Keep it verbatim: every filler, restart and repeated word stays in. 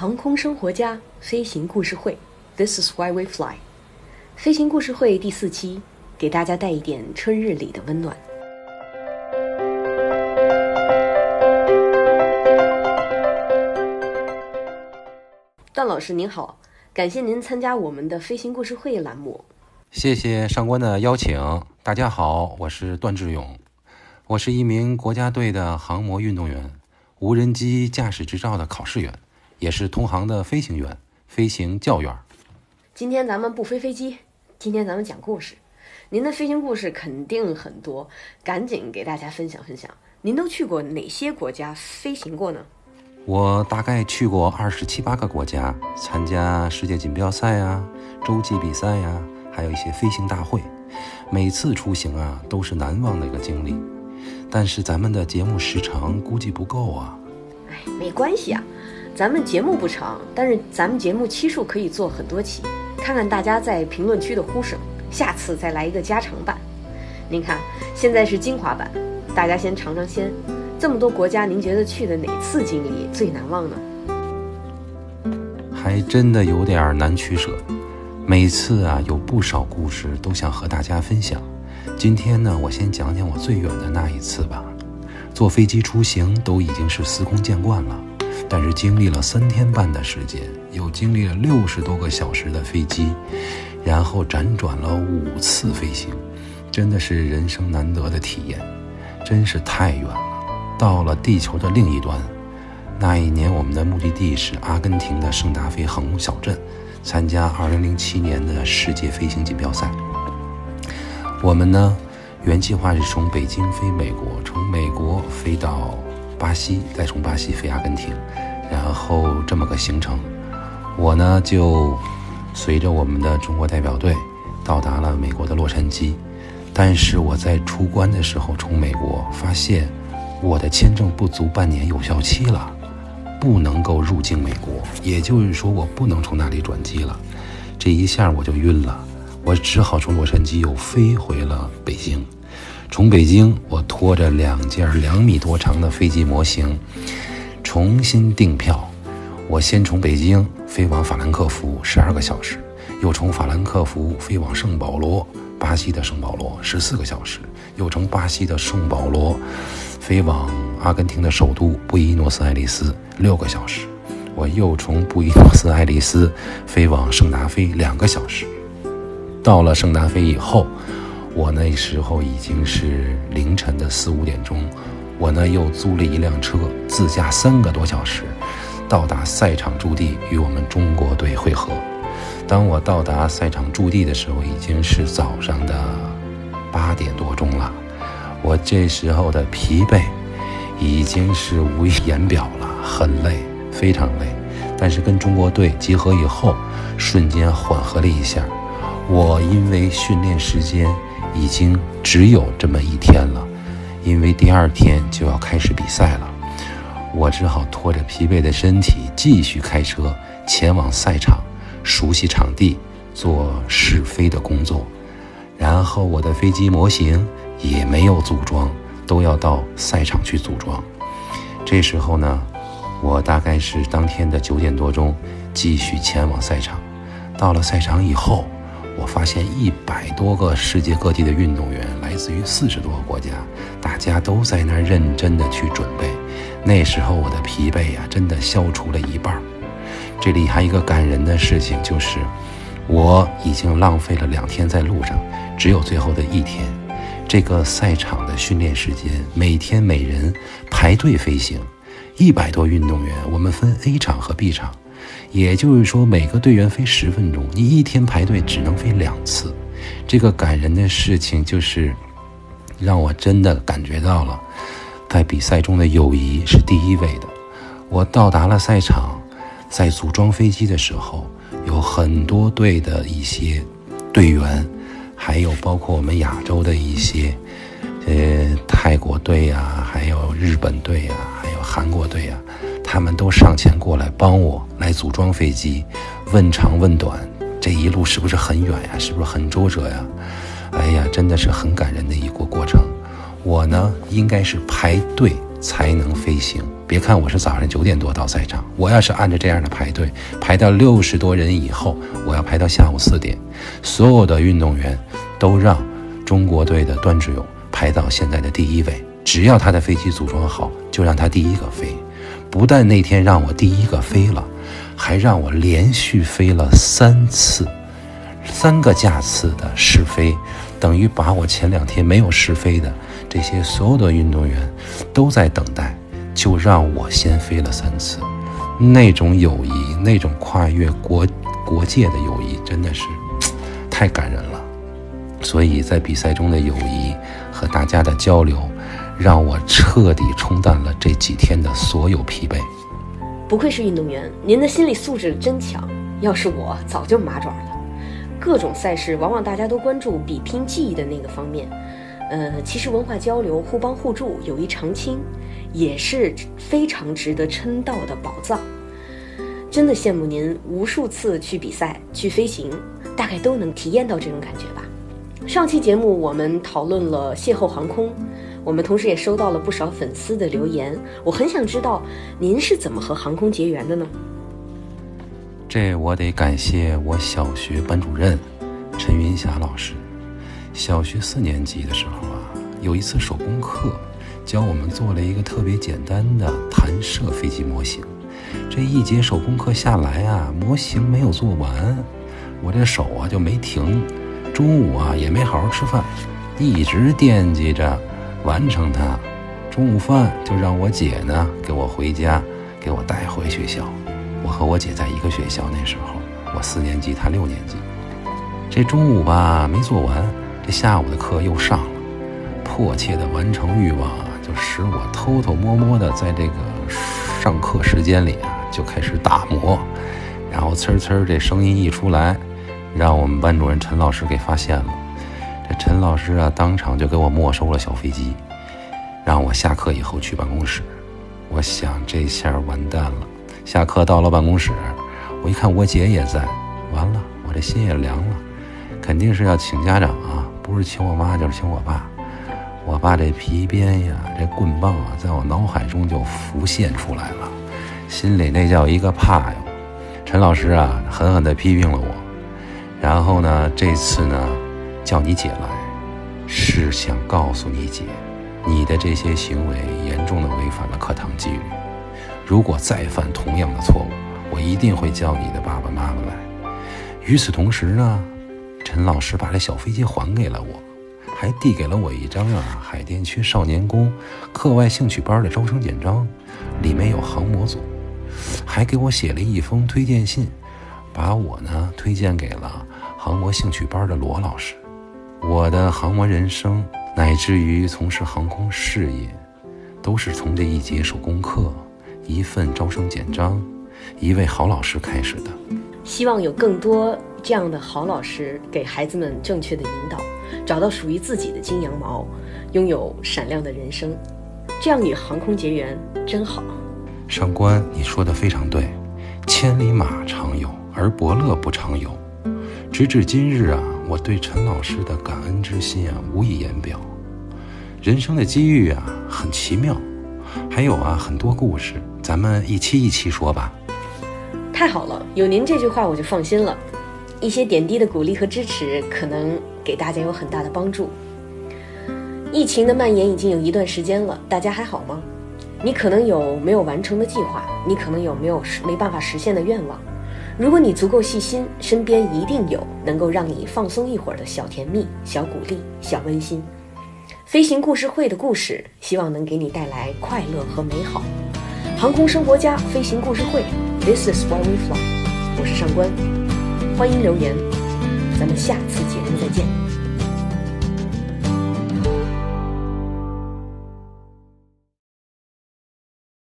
航空生活家飞行故事会 This is why we fly 飞行故事会第四期，给大家带一点春日里的温暖。段老师您好，感谢您参加我们的飞行故事会栏目。 谢谢上官的邀请。大家好，我是段志勇，我是一名国家队的航模运动员，无人机驾驶执照的考试员，也是通航的飞行员、飞行教员。 今天咱们不飞飞机，今天咱们讲故事。您的飞行故事肯定很多，赶紧给大家分享分享。您都去过哪些国家飞行过呢？ 我大概去过二十七八个国家，参加世界锦标赛啊、洲际比赛呀、啊，还有一些飞行大会。每次出行啊，都是难忘的一个经历。但是咱们的节目时长估计不够啊。 哎，没关系啊，咱们节目不长，但是咱们节目期数可以做很多期，看看大家在评论区的呼声，下次再来一个加长版。您看，现在是精华版，大家先尝尝鲜。这么多国家，您觉得去的哪次经历最难忘呢？ 还真的有点难取舍。每次啊，有不少故事都想和大家分享。今天呢，我先讲讲我最远的那一次吧。坐飞机出行都已经是司空见惯了，但是经历了三天半的时间，又经历了六十多个小时的飞机，然后辗转了五次飞行，真的是人生难得的体验，真是太远了。到了地球的另一端，那一年我们的目的地是阿根廷的圣达菲航空小镇，参加二零零七年的世界飞行锦标赛。我们呢，原计划是从北京飞美国，从美国飞到巴西，再从巴西飞阿根廷，然后这么个行程。我呢就随着我们的中国代表队到达了美国的洛杉矶，但是我在出关的时候，从美国发现我的签证不足半年有效期了，不能够入境美国，也就是说我不能从那里转机了。这一下我就晕了，我只好从洛杉矶又飞回了北京。从北京我拖着两件两米多长的飞机模型重新订票，我先从北京飞往法兰克福十二个小时，又从法兰克福飞往圣保罗，巴西的圣保罗十四个小时，又从巴西的圣保罗飞往阿根廷的首都布宜诺斯艾利斯六个小时，我又从布宜诺斯艾利斯飞往圣达菲两个小时。到了圣达菲以后，我那时候已经是凌晨的四五点钟，我呢又租了一辆车，自驾三个多小时，到达赛场驻地与我们中国队会合。当我到达赛场驻地的时候，已经是早上的八点多钟了。我这时候的疲惫已经是无以言表了，很累，非常累。但是跟中国队集合以后，瞬间缓和了一下。我因为训练时间已经只有这么一天了，因为第二天就要开始比赛了，我只好拖着疲惫的身体继续开车前往赛场，熟悉场地，做试飞的工作。然后我的飞机模型也没有组装，都要到赛场去组装。这时候呢，我大概是当天的九点多钟继续前往赛场。到了赛场以后，我发现一百多个世界各地的运动员，来自于四十多个国家，大家都在那儿认真的去准备。那时候我的疲惫啊，真的消除了一半。这里还有一个感人的事情，就是我已经浪费了两天在路上，只有最后的一天。这个赛场的训练时间，每天每人排队飞行，一百多运动员，我们分 A 场和 B 场，也就是说每个队员飞十分钟，你一天排队只能飞两次。这个感人的事情就是让我真的感觉到了，在比赛中的友谊是第一位的。我到达了赛场，在组装飞机的时候，有很多队的一些队员，还有包括我们亚洲的一些呃泰国队啊，还有日本队啊，还有韩国队啊，他们都上前过来帮我来组装飞机，问长问短，这一路是不是很远呀？是不是很周折呀？哎呀，真的是很感人的一个过程。我呢，应该是排队才能飞行， 别看我是早上九点多到赛场，我要是按照这样的排队排到六十多人以后，我要排到下午四点，所有的运动员都让中国队的段志勇排到现在的第一位，只要他的飞机组装好，就让他第一个飞。不但那天让我第一个飞了，还让我连续飞了三次，三个架次的试飞，等于把我前两天没有试飞的这些所有的运动员都在等待，就让我先飞了三次。那种友谊，那种跨越国国界的友谊，真的是太感人了。所以在比赛中的友谊和大家的交流，让我彻底冲淡了这几天的所有疲惫。 不愧是运动员，您的心理素质真强，要是我早就麻爪了。各种赛事往往大家都关注比拼技艺的那个方面，呃，其实文化交流、互帮互助、友谊长青也是非常值得称道的宝藏。真的羡慕您无数次去比赛、去飞行，大概都能体验到这种感觉吧。上期节目我们讨论了邂逅航空，我们同时也收到了不少粉丝的留言，我很想知道您是怎么和航空结缘的呢？ 这我得感谢我小学班主任陈云霞老师。小学四年级的时候啊，有一次手工课，教我们做了一个特别简单的弹射飞机模型。这一节手工课下来啊，模型没有做完，我这手啊就没停，中午啊也没好好吃饭，一直惦记着完成它。中午饭就让我姐呢给我回家，给我带回学校。我和我姐在一个学校，那时候我四年级，她六年级。这中午吧没做完，这下午的课又上了，迫切的完成欲望啊，就使我偷偷摸摸的在这个上课时间里啊就开始打磨，然后呲呲这声音一出来，让我们班主任陈老师给发现了。这陈老师啊当场就给我没收了小飞机，让我下课以后去办公室。我想这下完蛋了。下课到了办公室，我一看我姐也在，完了，我这心也凉了，肯定是要请家长啊，不是请我妈就是请我爸。我爸这皮鞭呀，这棍棒啊，在我脑海中就浮现出来了，心里那叫一个怕哟。陈老师啊，狠狠地批评了我，然后呢，这次呢，叫你姐来，是想告诉你姐，你的这些行为严重的违反了课堂纪律。如果再犯同样的错误，我一定会叫你的爸爸妈妈来。与此同时呢，陈老师把这小飞机还给了我，还递给了我一张啊海淀区少年宫课外兴趣班的招生简章，里面有航模组，还给我写了一封推荐信，把我呢推荐给了航模兴趣班的罗老师。我的航模人生乃至于从事航空事业，都是从这一节手工课、一份招生简章、一位好老师开始的。 希望有更多这样的好老师给孩子们正确的引导，找到属于自己的金羊毛，拥有闪亮的人生。这样与航空结缘真好。 上官，你说的非常对，千里马常有，而伯乐不常有。直至今日啊，我对陈老师的感恩之心啊无以言表。人生的机遇啊很奇妙，还有啊很多故事，咱们一期一期说吧。 太好了，有您这句话我就放心了。一些点滴的鼓励和支持，可能给大家有很大的帮助。疫情的蔓延已经有一段时间了，大家还好吗？你可能有没有完成的计划，你可能有没有没办法实现的愿望。如果你足够细心，身边一定有能够让你放松一会儿的小甜蜜、小鼓励、小温馨。飞行故事会的故事，希望能给你带来快乐和美好。航空生活家飞行故事会 This is why we fly， 我是上官，欢迎留言，咱们下次节目再见。